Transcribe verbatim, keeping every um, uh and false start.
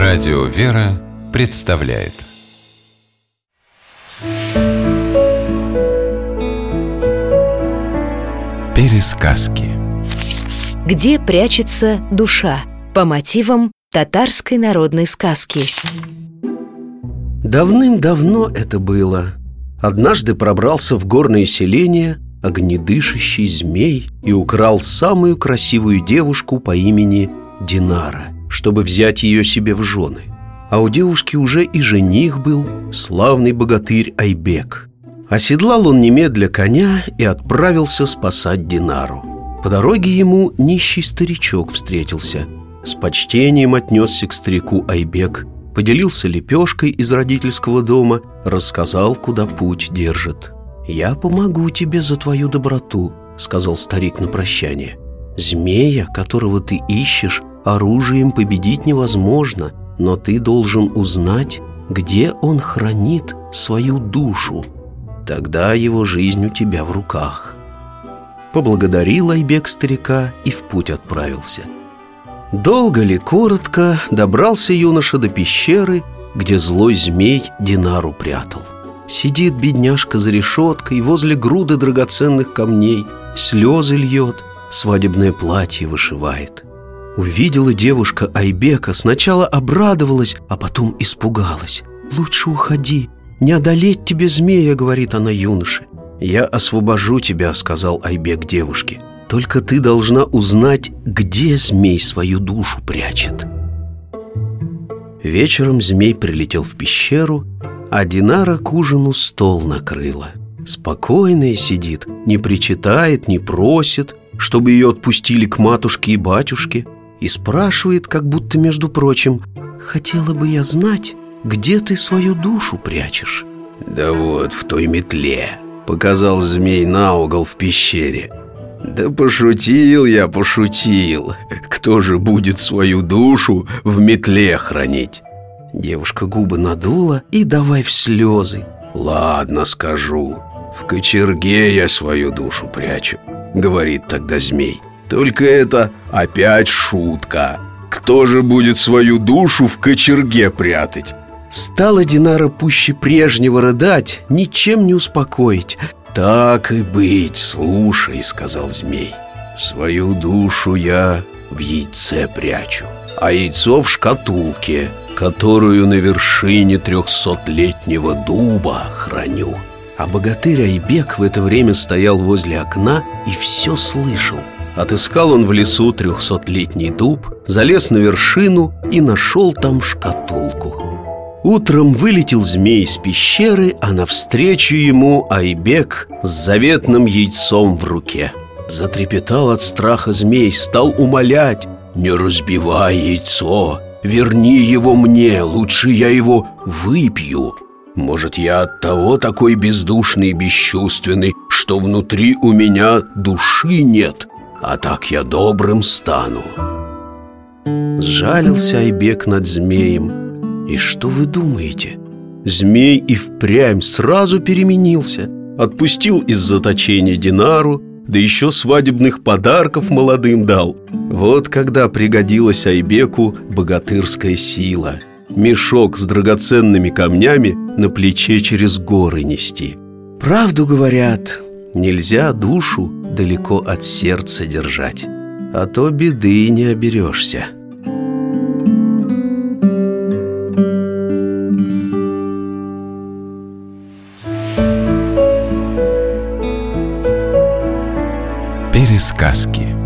Радио «Вера» представляет Пересказки. Где прячется душа? По мотивам татарской народной сказки. Давным-давно это было. Однажды пробрался в горное селение огнедышащий змей и украл самую красивую девушку по имени Динара, чтобы взять ее себе в жены. А у девушки уже и жених был, славный богатырь Айбек. Оседлал он немедля коня и отправился спасать Динару. По дороге ему нищий старичок встретился. С почтением отнесся к старику Айбек, поделился лепешкой из родительского дома, рассказал, куда путь держит. «Я помогу тебе за твою доброту», — сказал старик на прощание. «Змея, которого ты ищешь, оружием победить невозможно, но ты должен узнать, где он хранит свою душу. Тогда его жизнь у тебя в руках». Поблагодарил Айбек старика и в путь отправился. Долго ли, коротко, добрался юноша до пещеры, где злой змей Динару прятал. Сидит бедняжка за решеткой возле груды драгоценных камней, слезы льет, свадебное платье вышивает. Увидела девушка Айбека, сначала обрадовалась, а потом испугалась. «Лучше уходи, не одолеть тебе змея», — говорит она юноше. «Я освобожу тебя», — сказал Айбек девушке. «Только ты должна узнать, где змей свою душу прячет». Вечером змей прилетел в пещеру, а Динара к ужину стол накрыла. Спокойная сидит, не причитает, не просит, чтобы ее отпустили к матушке и батюшке, и спрашивает, как будто между прочим: «Хотела бы я знать, где ты свою душу прячешь?» «Да вот в той метле», — показал змей на угол в пещере. «Да пошутил я, пошутил. Кто же будет свою душу в метле хранить?» Девушка губы надула и давай в слезы. «Ладно, скажу. В кочерге я свою душу прячу», — говорит тогда змей. «Только это опять шутка. Кто же будет свою душу в кочерге прятать?» Стала Динара пуще прежнего рыдать, ничем не успокоить. «Так и быть, слушай», — сказал змей. «Свою душу я в яйце прячу, а яйцо в шкатулке, которую на вершине трехсотлетнего дуба храню». А богатырь Айбек в это время стоял возле окна и все слышал. Отыскал он в лесу трехсотлетний дуб, залез на вершину и нашел там шкатулку. Утром вылетел змей из пещеры, а навстречу ему Айбек с заветным яйцом в руке. Затрепетал от страха змей, стал умолять: «Не разбивай яйцо, верни его мне, лучше я его выпью. Может, я оттого такой бездушный и бесчувственный, что внутри у меня души нет, а так я добрым стану». Сжалился Айбек над змеем. И что вы думаете? Змей и впрямь сразу переменился. Отпустил из заточения Динару, да еще свадебных подарков молодым дал. Вот когда пригодилась Айбеку богатырская сила. Мешок с драгоценными камнями на плече через горы нести. Правду говорят, нельзя душу далеко от сердца держать, а то беды не оберешься. Пересказки.